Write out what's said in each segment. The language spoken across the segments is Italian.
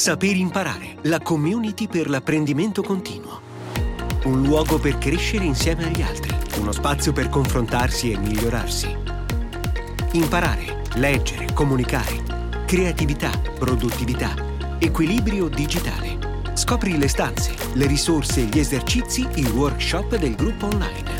Saper imparare, la community per l'apprendimento continuo. Un luogo per crescere insieme agli altri, uno spazio per confrontarsi e migliorarsi. Imparare, leggere, comunicare, creatività, produttività, equilibrio digitale. Scopri le stanze, le risorse, gli esercizi, i workshop del gruppo online.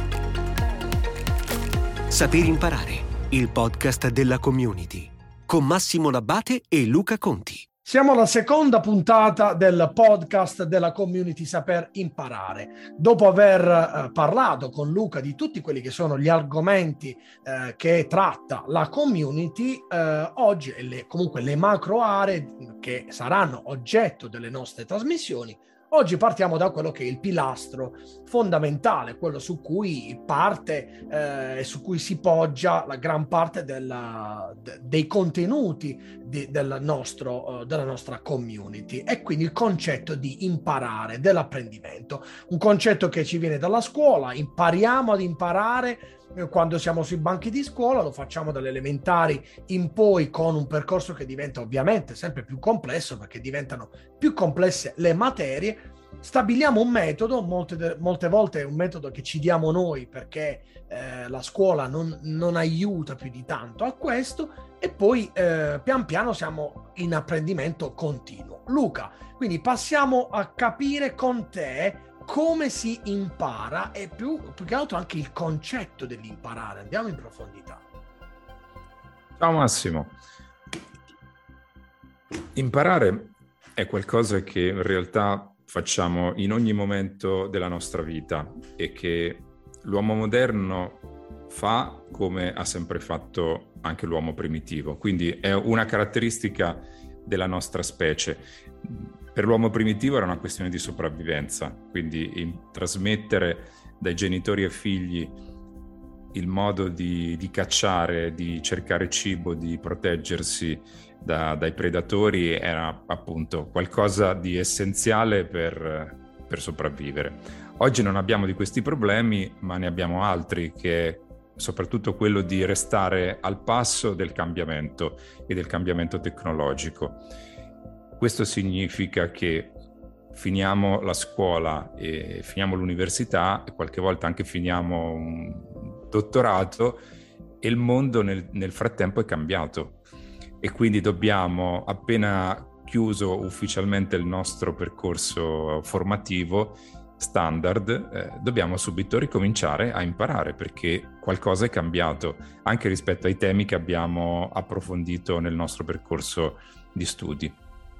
Saper imparare, il podcast della community, con Massimo Labbate e Luca Conti. Siamo alla seconda puntata del podcast della community Saper Imparare. Dopo aver parlato con Luca di tutti quelli che sono gli argomenti che tratta la community, oggi comunque le macro aree che saranno oggetto delle nostre trasmissioni, oggi partiamo da quello che è il pilastro fondamentale, quello su cui parte e su cui si poggia la gran parte dei contenuti della nostra community, e quindi il concetto di imparare, dell'apprendimento, un concetto che ci viene dalla scuola. Impariamo ad imparare quando siamo sui banchi di scuola, lo facciamo dalle elementari in poi, con un percorso che diventa ovviamente sempre più complesso perché diventano più complesse le materie. Stabiliamo un metodo, molte volte è un metodo che ci diamo noi perché la scuola non aiuta più di tanto a questo, e poi pian piano siamo in apprendimento continuo. Luca, quindi passiamo a capire con te come si impara e più che altro anche il concetto dell'imparare. Andiamo in profondità. Ciao Massimo. Imparare è qualcosa che in realtà facciamo in ogni momento della nostra vita e che l'uomo moderno fa come ha sempre fatto anche l'uomo primitivo. Quindi è una caratteristica della nostra specie. Per l'uomo primitivo era una questione di sopravvivenza, quindi trasmettere dai genitori ai figli il modo di cacciare, di cercare cibo, di proteggersi dai predatori era appunto qualcosa di essenziale per sopravvivere. Oggi non abbiamo di questi problemi, ma ne abbiamo altri, che è soprattutto quello di restare al passo del cambiamento e del cambiamento tecnologico. Questo significa che finiamo la scuola e finiamo l'università e qualche volta anche finiamo un dottorato e il mondo nel frattempo è cambiato, e quindi dobbiamo, appena chiuso ufficialmente il nostro percorso formativo standard, dobbiamo subito ricominciare a imparare perché qualcosa è cambiato anche rispetto ai temi che abbiamo approfondito nel nostro percorso di studi.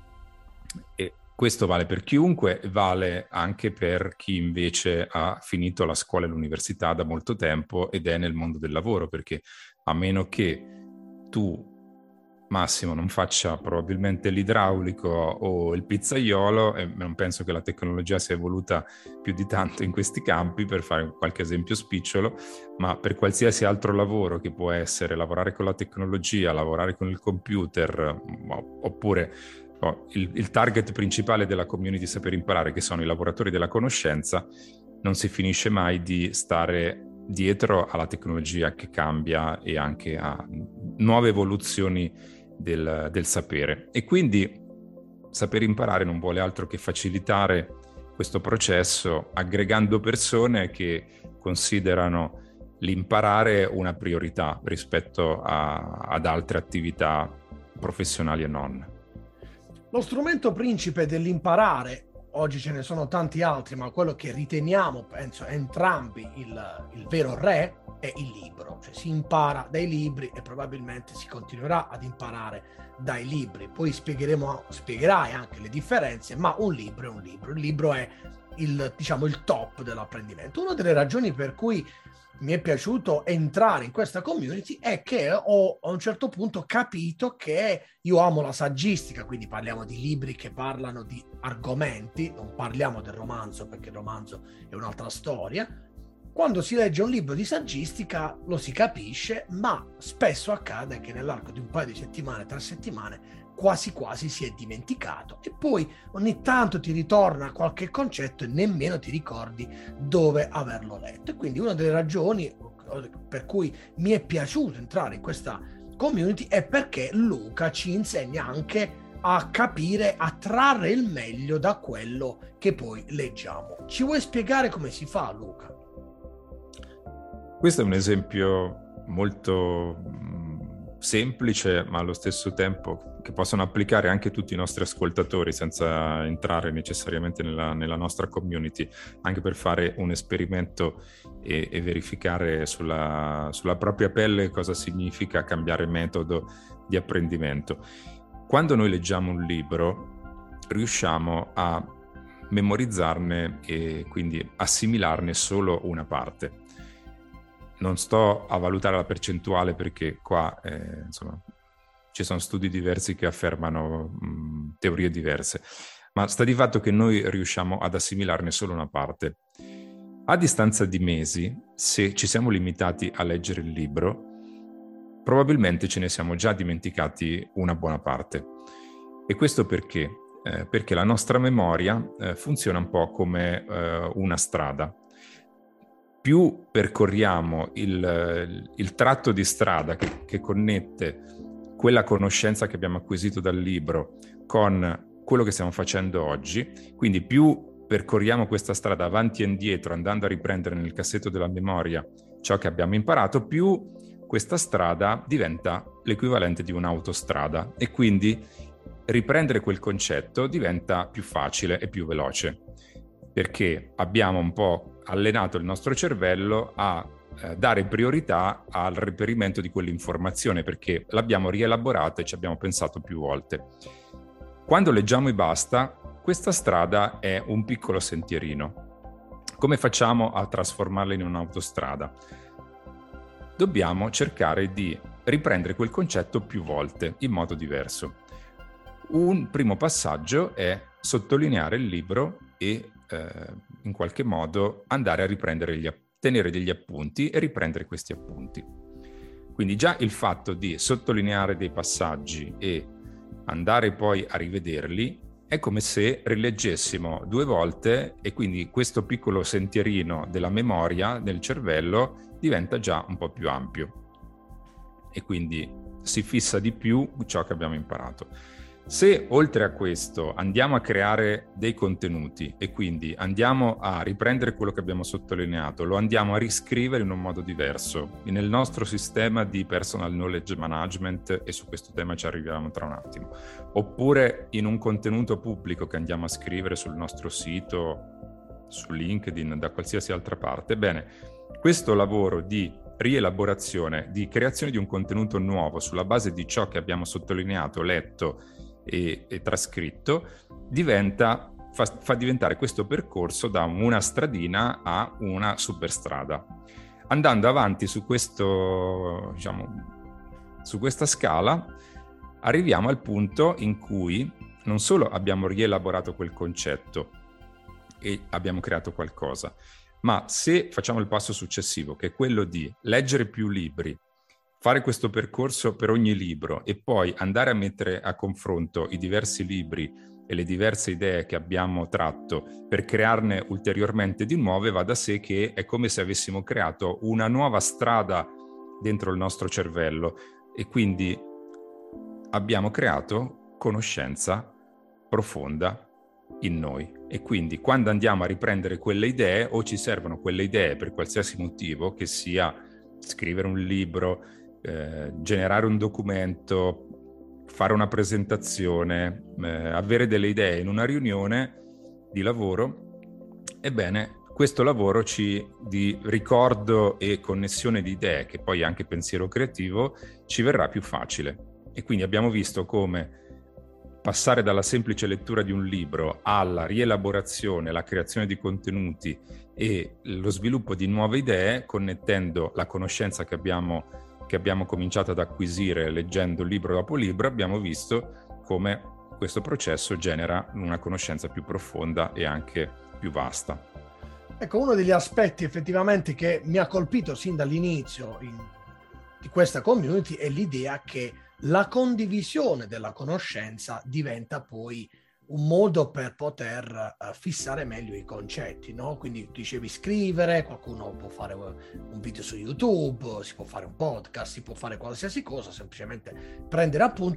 E questo vale per chiunque, vale anche per chi invece ha finito la scuola e l'università da molto tempo ed è nel mondo del lavoro, perché a meno che tu, Massimo, non faccia probabilmente l'idraulico o il pizzaiolo, e non penso che la tecnologia sia evoluta più di tanto in questi campi, per fare qualche esempio spicciolo, ma per qualsiasi altro lavoro che può essere lavorare con la tecnologia, lavorare con il computer, oppure il target principale della community Saper Imparare, che sono i lavoratori della conoscenza, non si finisce mai di stare dietro alla tecnologia che cambia e anche a nuove evoluzioni del sapere. E quindi Saper Imparare non vuole altro che facilitare questo processo, aggregando persone che considerano l'imparare una priorità rispetto ad altre attività professionali e non. Lo strumento principe dell'imparare, oggi ce ne sono tanti altri, ma quello che riteniamo, penso, entrambi il vero re, è il libro. Cioè si impara dai libri e probabilmente si continuerà ad imparare dai libri. Poi spiegherai anche le differenze, ma un libro è un libro. Il libro è il top dell'apprendimento. Una delle ragioni per cui mi è piaciuto entrare in questa community è che ho a un certo punto capito che io amo la saggistica, quindi parliamo di libri che parlano di argomenti, non parliamo del romanzo perché il romanzo è un'altra storia. Quando si legge un libro di saggistica lo si capisce, ma spesso accade che nell'arco di un paio di settimane, 3 settimane, quasi si è dimenticato, e poi ogni tanto ti ritorna qualche concetto e nemmeno ti ricordi dove averlo letto. E quindi una delle ragioni per cui mi è piaciuto entrare in questa community è perché Luca ci insegna anche a capire, a trarre il meglio da quello che poi leggiamo. Ci vuoi spiegare come si fa, Luca? Questo è un esempio molto semplice, ma allo stesso tempo che possono applicare anche tutti i nostri ascoltatori senza entrare necessariamente nella nostra community, anche per fare un esperimento e verificare sulla propria pelle cosa significa cambiare metodo di apprendimento. Quando noi leggiamo un libro, riusciamo a memorizzarne e quindi assimilarne solo una parte. Non sto a valutare la percentuale perché qua insomma, ci sono studi diversi che affermano teorie diverse, ma sta di fatto che noi riusciamo ad assimilarne solo una parte. A distanza di mesi, se ci siamo limitati a leggere il libro, probabilmente ce ne siamo già dimenticati una buona parte. E questo perché? Perché la nostra memoria funziona un po' come una strada. Più percorriamo il tratto di strada che connette quella conoscenza che abbiamo acquisito dal libro con quello che stiamo facendo oggi, quindi più percorriamo questa strada avanti e indietro, andando a riprendere nel cassetto della memoria ciò che abbiamo imparato, più questa strada diventa l'equivalente di un'autostrada e quindi riprendere quel concetto diventa più facile e più veloce, perché abbiamo un po' allenato il nostro cervello a dare priorità al reperimento di quell'informazione, perché l'abbiamo rielaborata e ci abbiamo pensato più volte. Quando leggiamo e basta, questa strada è un piccolo sentierino. Come facciamo a trasformarla in un'autostrada? Dobbiamo cercare di riprendere quel concetto più volte, in modo diverso. Un primo passaggio è sottolineare il libro e in qualche modo andare a riprendere tenere degli appunti e riprendere questi appunti. Quindi già il fatto di sottolineare dei passaggi e andare poi a rivederli è come se rileggessimo 2 volte e quindi questo piccolo sentierino della memoria del cervello diventa già un po' più ampio e quindi si fissa di più ciò che abbiamo imparato. Se oltre a questo andiamo a creare dei contenuti e quindi andiamo a riprendere quello che abbiamo sottolineato, lo andiamo a riscrivere in un modo diverso nel nostro sistema di personal knowledge management, e su questo tema ci arriviamo tra un attimo, oppure in un contenuto pubblico che andiamo a scrivere sul nostro sito, su LinkedIn, da qualsiasi altra parte, bene, questo lavoro di rielaborazione, di creazione di un contenuto nuovo sulla base di ciò che abbiamo sottolineato, letto e trascritto, fa diventare questo percorso da una stradina a una superstrada. Andando avanti su questo, su questa scala, arriviamo al punto in cui non solo abbiamo rielaborato quel concetto e abbiamo creato qualcosa, ma se facciamo il passo successivo, che è quello di leggere più libri, fare questo percorso per ogni libro e poi andare a mettere a confronto i diversi libri e le diverse idee che abbiamo tratto per crearne ulteriormente di nuove, va da sé che è come se avessimo creato una nuova strada dentro il nostro cervello e quindi abbiamo creato conoscenza profonda in noi. E quindi quando andiamo a riprendere quelle idee, o ci servono quelle idee per qualsiasi motivo, che sia scrivere un libro, generare un documento, fare una presentazione, avere delle idee in una riunione di lavoro, ebbene questo lavoro di ricordo e connessione di idee, che poi è anche pensiero creativo, ci verrà più facile. E quindi abbiamo visto come passare dalla semplice lettura di un libro alla rielaborazione, la creazione di contenuti e lo sviluppo di nuove idee, connettendo la conoscenza che abbiamo cominciato ad acquisire leggendo libro dopo libro, abbiamo visto come questo processo genera una conoscenza più profonda e anche più vasta. Ecco, uno degli aspetti effettivamente che mi ha colpito sin dall'inizio di questa community è l'idea che la condivisione della conoscenza diventa poi un modo per poter fissare meglio i concetti, no? Quindi tu dicevi scrivere, qualcuno può fare un video su YouTube, si può fare un podcast, si può fare qualsiasi cosa, semplicemente prendere appunti.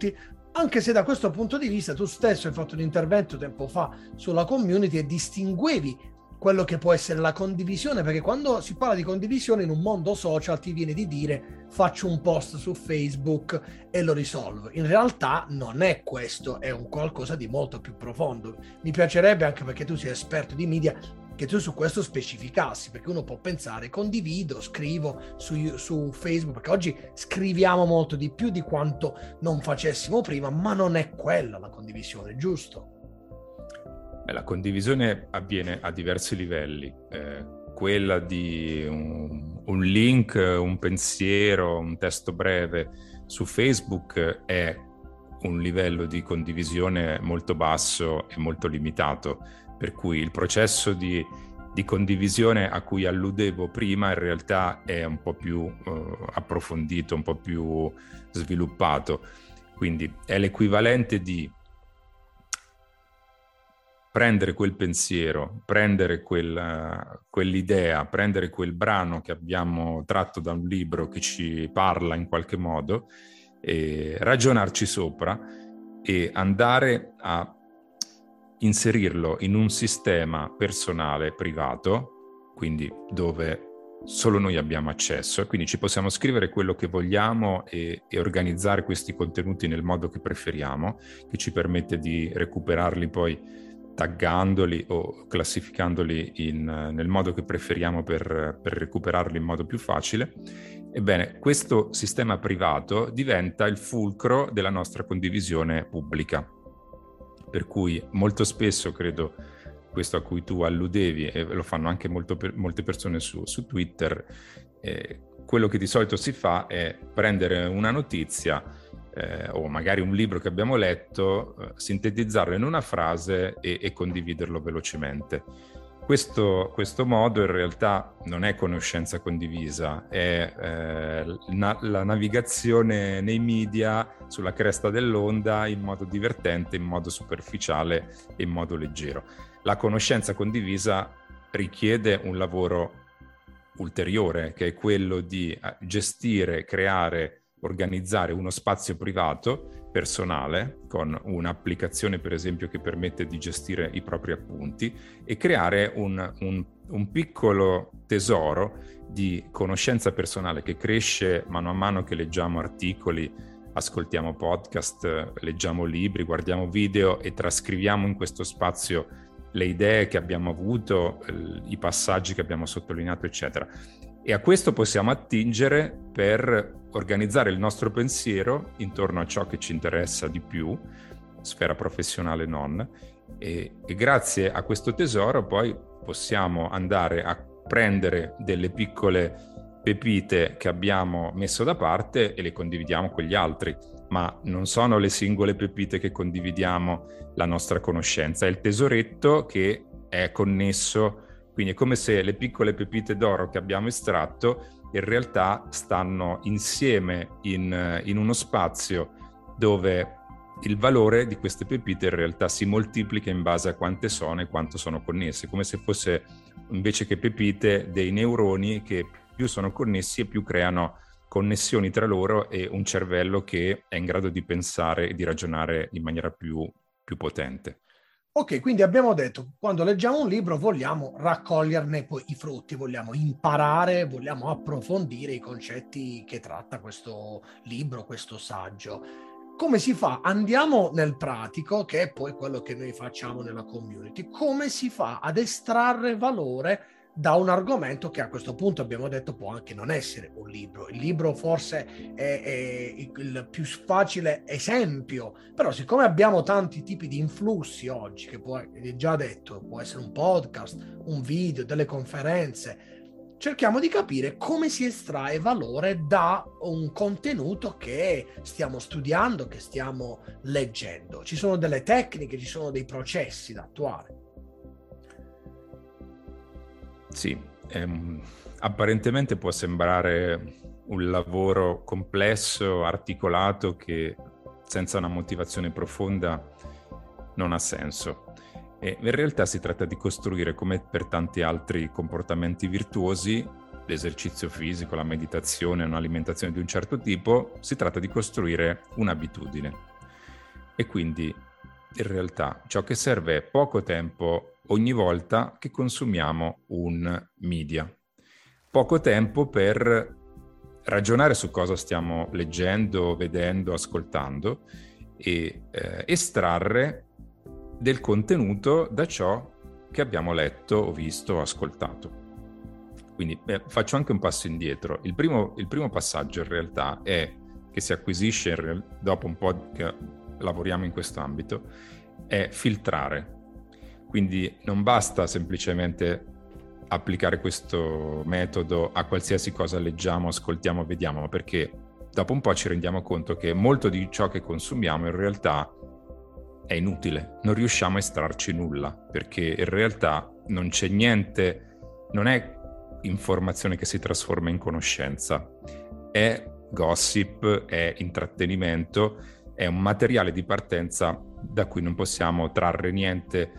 Anche se da questo punto di vista tu stesso hai fatto un intervento tempo fa sulla community e distinguevi quello che può essere la condivisione, perché quando si parla di condivisione in un mondo social ti viene di dire faccio un post su Facebook e lo risolvo. In realtà non è questo, è un qualcosa di molto più profondo. Mi piacerebbe, anche perché tu sei esperto di media, che tu su questo specificassi, perché uno può pensare condivido, scrivo su Facebook, perché oggi scriviamo molto di più di quanto non facessimo prima, ma non è quella la condivisione, giusto? La condivisione avviene a diversi livelli, quella di un link, un pensiero, un testo breve su Facebook è un livello di condivisione molto basso e molto limitato, per cui il processo di condivisione a cui alludevo prima in realtà è un po' più approfondito, un po' più sviluppato, quindi è l'equivalente di prendere quel pensiero, prendere quell'idea, prendere quel brano che abbiamo tratto da un libro che ci parla in qualche modo, e ragionarci sopra e andare a inserirlo in un sistema personale, privato, quindi dove solo noi abbiamo accesso, e quindi ci possiamo scrivere quello che vogliamo e organizzare questi contenuti nel modo che preferiamo, che ci permette di recuperarli poi taggandoli o classificandoli nel modo che preferiamo per recuperarli in modo più facile. Ebbene, questo sistema privato diventa il fulcro della nostra condivisione pubblica, per cui molto spesso, credo questo a cui tu alludevi, e lo fanno anche molte persone su Twitter, quello che di solito si fa è prendere una notizia o magari un libro che abbiamo letto, sintetizzarlo in una frase e condividerlo velocemente. Questo modo in realtà non è conoscenza condivisa, è la navigazione nei media sulla cresta dell'onda in modo divertente, in modo superficiale e in modo leggero. La conoscenza condivisa richiede un lavoro ulteriore, che è quello di gestire, creare, organizzare uno spazio privato personale con un'applicazione, per esempio, che permette di gestire i propri appunti e creare un piccolo tesoro di conoscenza personale che cresce mano a mano che leggiamo articoli, ascoltiamo podcast, leggiamo libri, guardiamo video e trascriviamo in questo spazio le idee che abbiamo avuto, i passaggi che abbiamo sottolineato, eccetera. E a questo possiamo attingere per organizzare il nostro pensiero intorno a ciò che ci interessa di più, sfera professionale non, e grazie a questo tesoro poi possiamo andare a prendere delle piccole pepite che abbiamo messo da parte e le condividiamo con gli altri, ma non sono le singole pepite che condividiamo la nostra conoscenza, è il tesoretto che è connesso. Quindi è come se le piccole pepite d'oro che abbiamo estratto in realtà stanno insieme in uno spazio dove il valore di queste pepite in realtà si moltiplica in base a quante sono e quanto sono connesse, come se fosse, invece che pepite, dei neuroni che più sono connessi e più creano connessioni tra loro e un cervello che è in grado di pensare e di ragionare in maniera più potente. Ok, quindi abbiamo detto, quando leggiamo un libro vogliamo raccoglierne poi i frutti, vogliamo imparare, vogliamo approfondire i concetti che tratta questo libro, questo saggio. Come si fa? Andiamo nel pratico, che è poi quello che noi facciamo nella community. Come si fa ad estrarre valore da un argomento che a questo punto abbiamo detto può anche non essere un libro. Il libro forse è il più facile esempio, però siccome abbiamo tanti tipi di influssi oggi, che poi già detto, può essere un podcast, un video, delle conferenze, cerchiamo di capire come si estrae valore da un contenuto che stiamo studiando, che stiamo leggendo. Ci sono delle tecniche, ci sono dei processi da attuare. Sì, apparentemente può sembrare un lavoro complesso, articolato, che senza una motivazione profonda non ha senso. E in realtà si tratta di costruire, come per tanti altri comportamenti virtuosi, l'esercizio fisico, la meditazione, un'alimentazione di un certo tipo, si tratta di costruire un'abitudine. E quindi in realtà ciò che serve è poco tempo ogni volta che consumiamo un media. Poco tempo per ragionare su cosa stiamo leggendo, vedendo, ascoltando e estrarre del contenuto da ciò che abbiamo letto o visto o ascoltato. Quindi faccio anche un passo indietro. Il primo passaggio in realtà è che si acquisisce dopo un po' che lavoriamo in questo ambito, è filtrare. Quindi non basta semplicemente applicare questo metodo a qualsiasi cosa leggiamo, ascoltiamo, vediamo, perché dopo un po' ci rendiamo conto che molto di ciò che consumiamo in realtà è inutile, non riusciamo a estrarci nulla, perché in realtà non c'è niente, non è informazione che si trasforma in conoscenza, è gossip, è intrattenimento, è un materiale di partenza da cui non possiamo trarre niente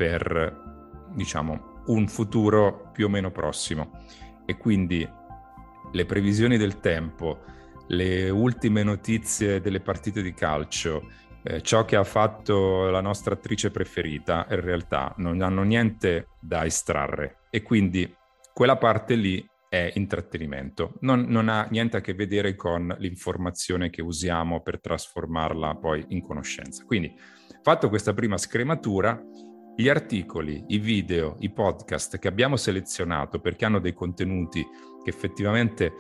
per, diciamo, un futuro più o meno prossimo. E quindi le previsioni del tempo, le ultime notizie delle partite di calcio, ciò che ha fatto la nostra attrice preferita, in realtà non hanno niente da estrarre, e quindi quella parte lì è intrattenimento, non ha niente a che vedere con l'informazione che usiamo per trasformarla poi in conoscenza. Quindi, fatto questa prima scrematura, gli articoli, i video, i podcast che abbiamo selezionato perché hanno dei contenuti che effettivamente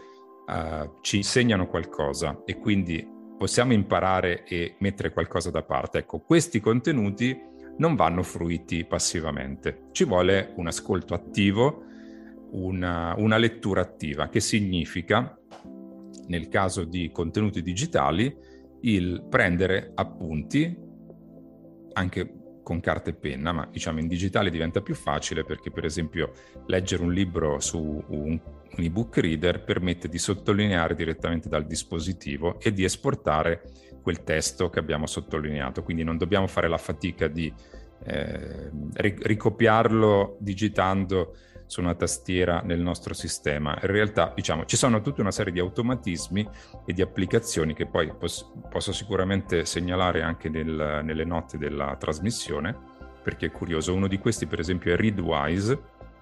ci insegnano qualcosa e quindi possiamo imparare e mettere qualcosa da parte. Ecco, questi contenuti non vanno fruiti passivamente. Ci vuole un ascolto attivo, una lettura attiva, che significa, nel caso di contenuti digitali, il prendere appunti, anche con carta e penna, ma diciamo in digitale diventa più facile perché per esempio leggere un libro su un ebook reader permette di sottolineare direttamente dal dispositivo e di esportare quel testo che abbiamo sottolineato, quindi non dobbiamo fare la fatica di ricopiarlo digitando su una tastiera nel nostro sistema. In realtà, diciamo, ci sono tutta una serie di automatismi e di applicazioni che poi posso sicuramente segnalare anche nelle note della trasmissione, perché è curioso. Uno di questi, per esempio, è Readwise,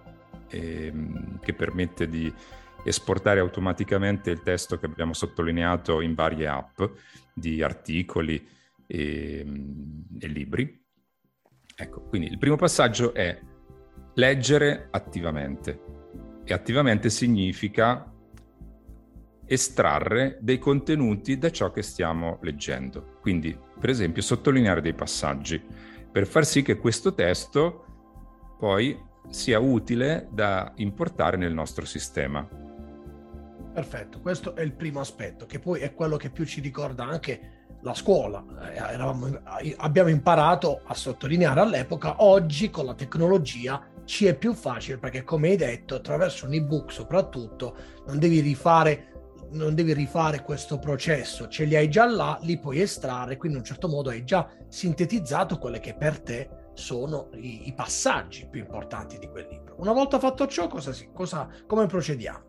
che permette di esportare automaticamente il testo che abbiamo sottolineato in varie app di articoli e libri. Ecco, quindi il primo passaggio è leggere attivamente, e attivamente significa estrarre dei contenuti da ciò che stiamo leggendo. Quindi, per esempio, sottolineare dei passaggi per far sì che questo testo poi sia utile da importare nel nostro sistema. Perfetto, questo è il primo aspetto, che poi è quello che più ci ricorda anche la scuola. Abbiamo imparato a sottolineare all'epoca. Oggi con la tecnologia ci è più facile, perché come hai detto, attraverso un ebook soprattutto non devi rifare questo processo, ce li hai già là, li puoi estrarre, quindi in un certo modo hai già sintetizzato quelle che per te sono i passaggi più importanti di quel libro. Una volta fatto ciò, come procediamo?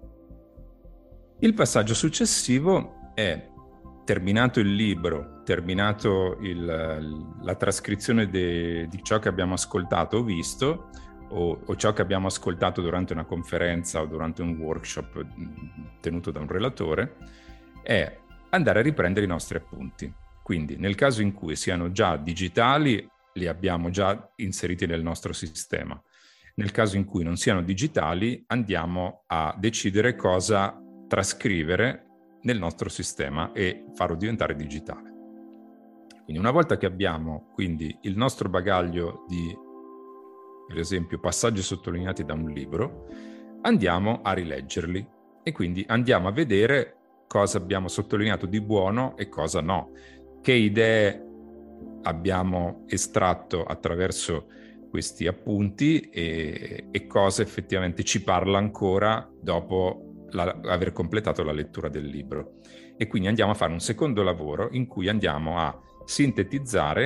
Il passaggio successivo è: terminato il libro, terminato la trascrizione di ciò che abbiamo ascoltato o visto, o ciò che abbiamo ascoltato durante una conferenza o durante un workshop tenuto da un relatore, è andare a riprendere i nostri appunti. Quindi, nel caso in cui siano già digitali, li abbiamo già inseriti nel nostro sistema. Nel caso in cui non siano digitali, andiamo a decidere cosa trascrivere nel nostro sistema e farlo diventare digitale. Quindi una volta che abbiamo quindi il nostro bagaglio di, per esempio, passaggi sottolineati da un libro, andiamo a rileggerli e quindi andiamo a vedere cosa abbiamo sottolineato di buono e cosa no, che idee abbiamo estratto attraverso questi appunti e cosa effettivamente ci parla ancora dopo aver completato la lettura del libro. E quindi andiamo a fare un secondo lavoro in cui andiamo a sintetizzare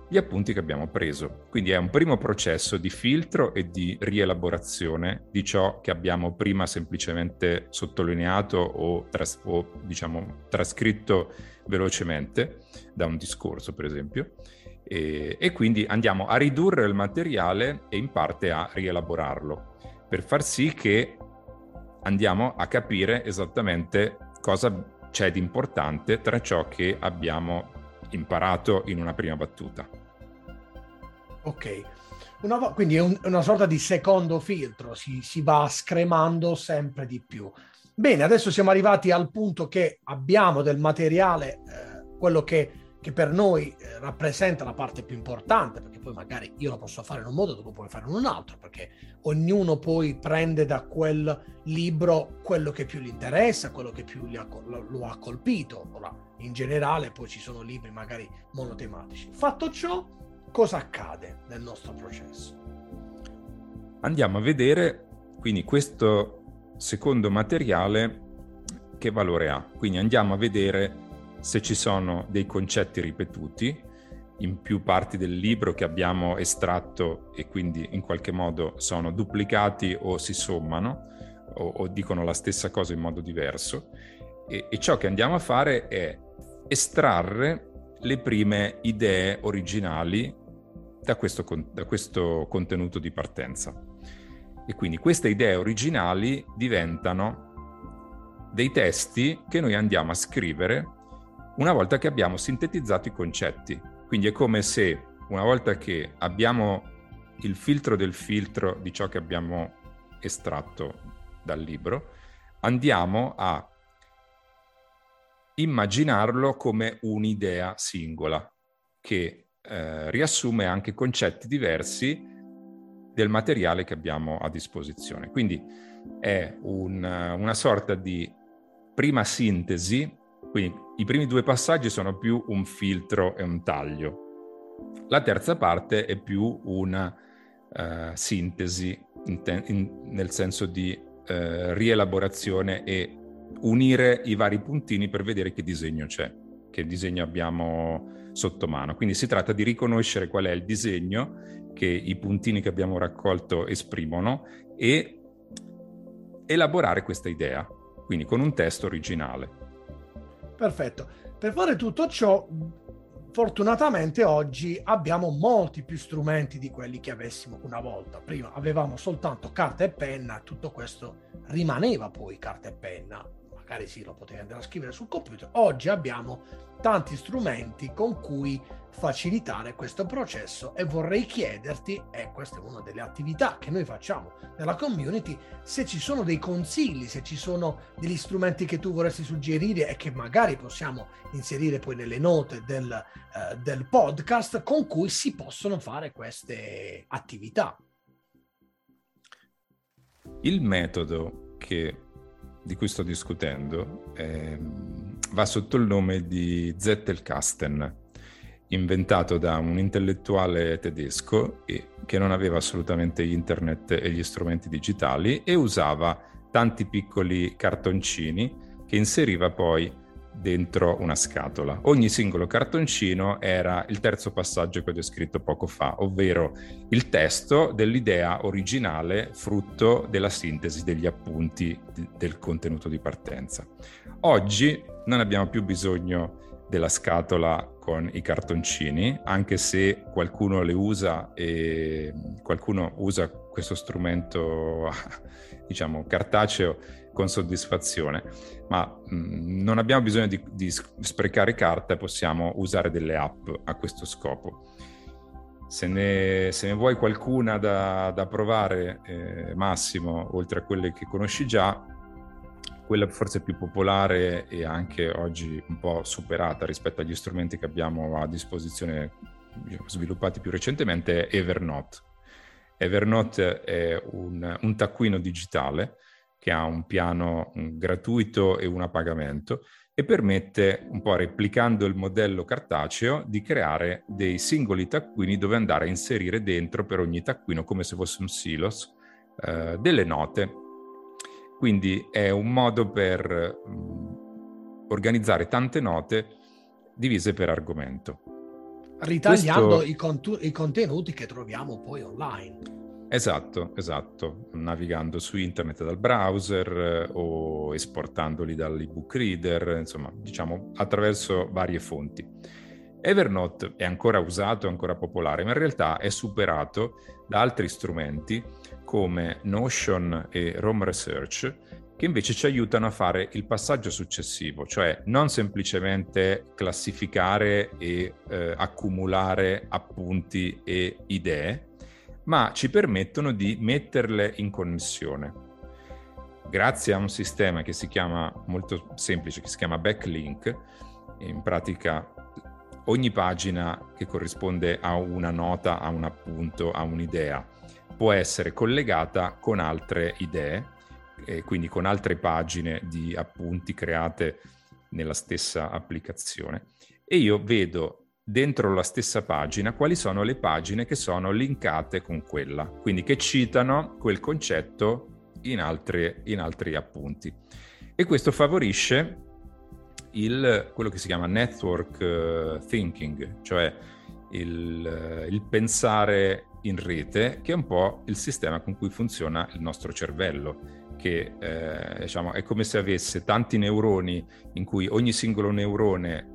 gli appunti che abbiamo preso. Quindi è un primo processo di filtro e di rielaborazione di ciò che abbiamo prima semplicemente sottolineato o diciamo trascritto velocemente da un discorso, per esempio. E quindi andiamo a ridurre il materiale e in parte a rielaborarlo, per far sì che andiamo a capire esattamente cosa c'è di importante tra ciò che abbiamo imparato in una prima battuta. Ok, quindi è una sorta di secondo filtro, si va scremando sempre di più. Bene, adesso siamo arrivati al punto che abbiamo del materiale, quello che per noi rappresenta la parte più importante, perché poi magari io lo posso fare in un modo, tu lo puoi fare in un altro, perché ognuno poi prende da quel libro quello che più gli interessa, quello che più lo ha colpito. Ora, in generale poi ci sono libri magari monotematici. Fatto ciò, cosa accade nel nostro processo? Andiamo a vedere quindi questo secondo materiale che valore ha. Quindi andiamo a vedere se ci sono dei concetti ripetuti in più parti del libro che abbiamo estratto e quindi in qualche modo sono duplicati o si sommano o dicono la stessa cosa in modo diverso, e ciò che andiamo a fare è estrarre le prime idee originali da questo contenuto di partenza. E quindi queste idee originali diventano dei testi che noi andiamo a scrivere una volta che abbiamo sintetizzato i concetti. Quindi è come se, una volta che abbiamo il filtro del filtro di ciò che abbiamo estratto dal libro, andiamo a immaginarlo come un'idea singola che riassume anche concetti diversi del materiale che abbiamo a disposizione. Quindi è una sorta di prima sintesi. Quindi i primi due passaggi sono più un filtro e un taglio. La terza parte è più una sintesi nel senso di rielaborazione e unire i vari puntini per vedere che disegno c'è, che disegno abbiamo sotto mano. Quindi si tratta di riconoscere qual è il disegno che i puntini che abbiamo raccolto esprimono e elaborare questa idea, quindi con un testo originale. Perfetto. Per fare tutto ciò, fortunatamente oggi abbiamo molti più strumenti di quelli che avessimo una volta. Prima avevamo soltanto carta e penna, tutto questo rimaneva poi carta e penna. Magari sì, lo potevi andare a scrivere sul computer. Oggi abbiamo tanti strumenti con cui facilitare questo processo e vorrei chiederti, e questa è una delle attività che noi facciamo nella community, se ci sono dei consigli, se ci sono degli strumenti che tu vorresti suggerire e che magari possiamo inserire poi nelle note del podcast con cui si possono fare queste attività. Il metodo di cui sto discutendo va sotto il nome di Zettelkasten, inventato da un intellettuale tedesco che non aveva assolutamente internet e gli strumenti digitali e usava tanti piccoli cartoncini che inseriva poi dentro una scatola. Ogni singolo cartoncino era il terzo passaggio che ho descritto poco fa, ovvero il testo dell'idea originale frutto della sintesi degli appunti del contenuto di partenza. Oggi non abbiamo più bisogno della scatola con i cartoncini, anche se qualcuno le usa e qualcuno usa questo strumento, diciamo, cartaceo con soddisfazione, ma non abbiamo bisogno di sprecare carta e possiamo usare delle app a questo scopo. Se ne vuoi qualcuna da provare, Massimo, oltre a quelle che conosci già, quella forse più popolare e anche oggi un po' superata rispetto agli strumenti che abbiamo a disposizione, sviluppati più recentemente, è Evernote. Evernote è un taccuino digitale che ha un piano gratuito e un a pagamento e permette, un po' replicando il modello cartaceo, di creare dei singoli taccuini dove andare a inserire dentro per ogni taccuino, come se fosse un silos, delle note. Quindi è un modo per organizzare tante note divise per argomento. Ritagliando i contenuti che troviamo poi online. Esatto, navigando su internet dal browser o esportandoli dall'ebook reader, insomma, diciamo attraverso varie fonti. Evernote è ancora usato, è ancora popolare, ma in realtà è superato da altri strumenti come Notion e Rome Research, che invece ci aiutano a fare il passaggio successivo, cioè non semplicemente classificare e accumulare appunti e idee, ma ci permettono di metterle in connessione. Grazie a un sistema che si chiama, molto semplice, che si chiama Backlink, in pratica ogni pagina che corrisponde a una nota, a un appunto, a un'idea, può essere collegata con altre idee, e quindi con altre pagine di appunti create nella stessa applicazione. E io vedo dentro la stessa pagina quali sono le pagine che sono linkate con quella, quindi che citano quel concetto in altri appunti. E questo favorisce quello che si chiama network thinking, cioè il pensare in rete, che è un po' il sistema con cui funziona il nostro cervello, che diciamo è come se avesse tanti neuroni in cui ogni singolo neurone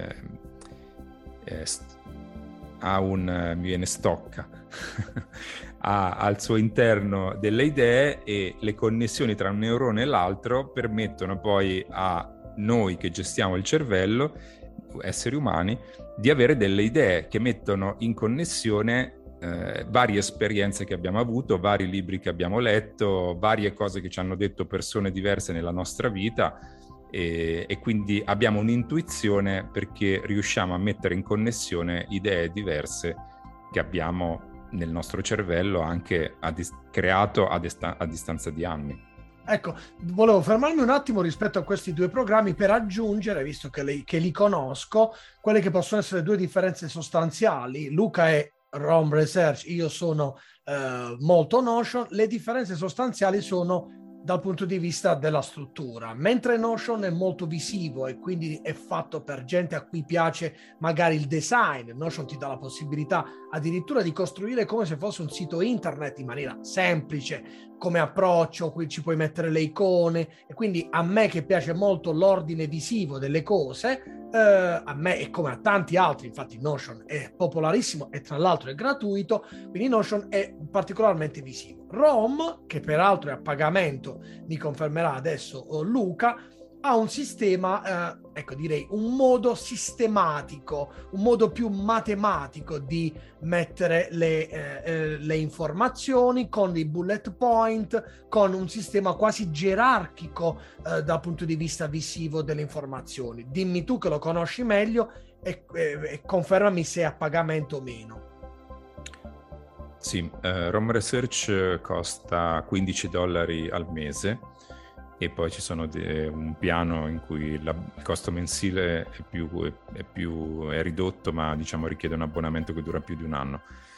ha al suo interno delle idee, e le connessioni tra un neurone e l'altro permettono poi a noi che gestiamo il cervello, esseri umani, di avere delle idee che mettono in connessione varie esperienze che abbiamo avuto, vari libri che abbiamo letto, varie cose che ci hanno detto persone diverse nella nostra vita, e quindi abbiamo un'intuizione perché riusciamo a mettere in connessione idee diverse che abbiamo nel nostro cervello, anche creato a distanza di anni. Ecco, volevo fermarmi un attimo rispetto a questi due programmi per aggiungere, visto che li conosco, quelle che possono essere due differenze sostanziali. Luca è Rome Research, io sono molto Notion. Le differenze sostanziali sono dal punto di vista della struttura. Mentre Notion è molto visivo e quindi è fatto per gente a cui piace magari il design, Notion ti dà la possibilità addirittura di costruire come se fosse un sito internet in maniera semplice come approccio, qui ci puoi mettere le icone, e quindi a me che piace molto l'ordine visivo delle cose, a me e come a tanti altri, infatti Notion è popolarissimo e tra l'altro è gratuito, quindi Notion è particolarmente visivo. Rome, che peraltro è a pagamento, mi confermerà adesso Luca, ha un sistema, ecco direi un modo sistematico, un modo più matematico di mettere le informazioni, con dei bullet point, con un sistema quasi gerarchico dal punto di vista visivo delle informazioni. Dimmi tu che lo conosci meglio e confermami se è a pagamento o meno. Sì, Rome Research costa $15 al mese, e poi ci sono un piano in cui il costo mensile è ridotto, ma diciamo richiede un abbonamento che dura più di un anno.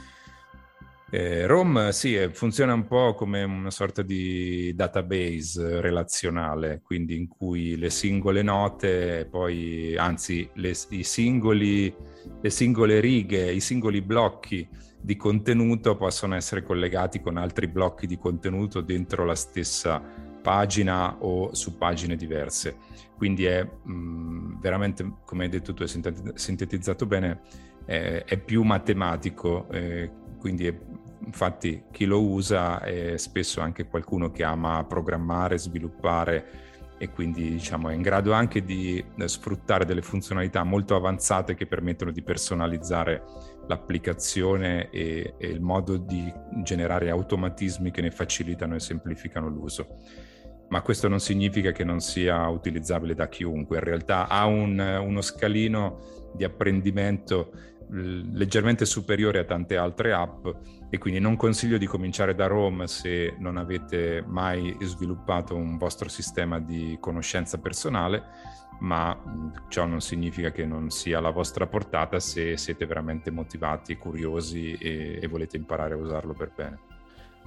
Rome funziona un po' come una sorta di database relazionale, quindi in cui le singole note, poi anzi le singole righe, i singoli blocchi di contenuto possono essere collegati con altri blocchi di contenuto dentro la stessa pagina o su pagine diverse. Quindi è veramente, come hai detto tu, hai sintetizzato bene, è più matematico, quindi infatti chi lo usa è spesso anche qualcuno che ama programmare, sviluppare, e quindi diciamo è in grado anche di sfruttare delle funzionalità molto avanzate che permettono di personalizzare l'applicazione e il modo di generare automatismi che ne facilitano e semplificano l'uso. Ma questo non significa che non sia utilizzabile da chiunque. In realtà ha uno scalino di apprendimento leggermente superiore a tante altre app, e quindi non consiglio di cominciare da Rome se non avete mai sviluppato un vostro sistema di conoscenza personale, ma ciò non significa che non sia alla vostra portata se siete veramente motivati, curiosi e volete imparare a usarlo per bene.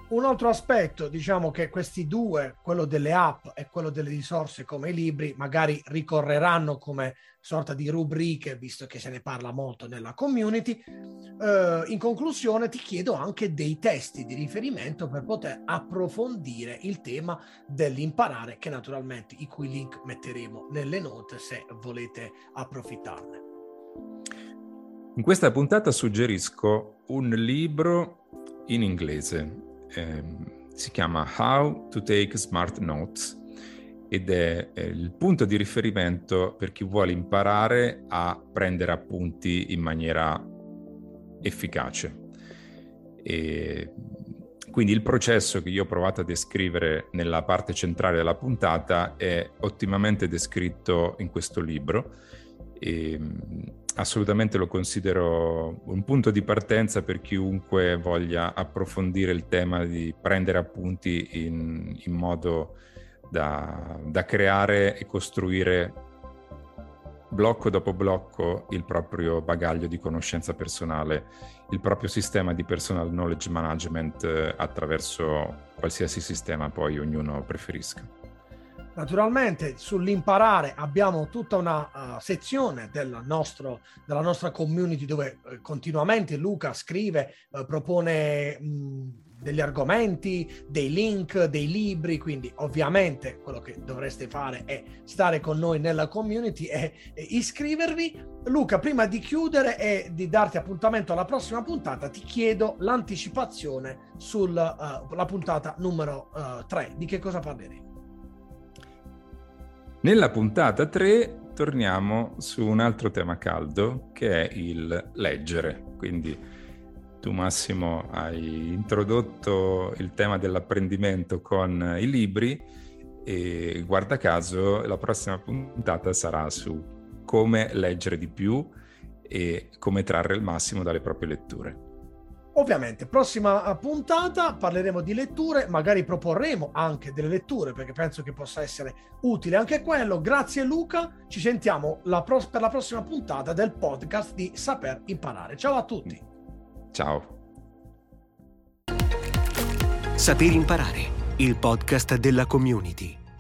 Un altro aspetto, diciamo che questi due, quello delle app e quello delle risorse come i libri, magari ricorreranno come sorta di rubriche, visto che se ne parla molto nella community. In conclusione ti chiedo anche dei testi di riferimento per poter approfondire il tema dell'imparare, che naturalmente i cui link metteremo nelle note se volete approfittarne. In questa puntata suggerisco un libro in inglese. Si chiama How to Take Smart Notes ed è il punto di riferimento per chi vuole imparare a prendere appunti in maniera efficace. E quindi il processo che io ho provato a descrivere nella parte centrale della puntata è ottimamente descritto in questo libro e assolutamente lo considero un punto di partenza per chiunque voglia approfondire il tema di prendere appunti in modo da creare e costruire blocco dopo blocco il proprio bagaglio di conoscenza personale, il proprio sistema di personal knowledge management attraverso qualsiasi sistema poi ognuno preferisca. Naturalmente sull'imparare abbiamo tutta una sezione della nostra community dove continuamente Luca scrive, propone degli argomenti, dei link, dei libri, quindi ovviamente quello che dovreste fare è stare con noi nella community e iscrivervi. Luca, prima di chiudere e di darti appuntamento alla prossima puntata, ti chiedo l'anticipazione sulla puntata numero 3. Di che cosa parleremo? Nella puntata 3 torniamo su un altro tema caldo che è il leggere. Quindi tu, Massimo, hai introdotto il tema dell'apprendimento con i libri e guarda caso la prossima puntata sarà su come leggere di più e come trarre il massimo dalle proprie letture. Ovviamente, prossima puntata parleremo di letture, magari proporremo anche delle letture perché penso che possa essere utile anche quello. Grazie Luca, ci sentiamo per la prossima puntata del podcast di Saper Imparare. Ciao a tutti. Ciao. Saper Imparare, il podcast della community.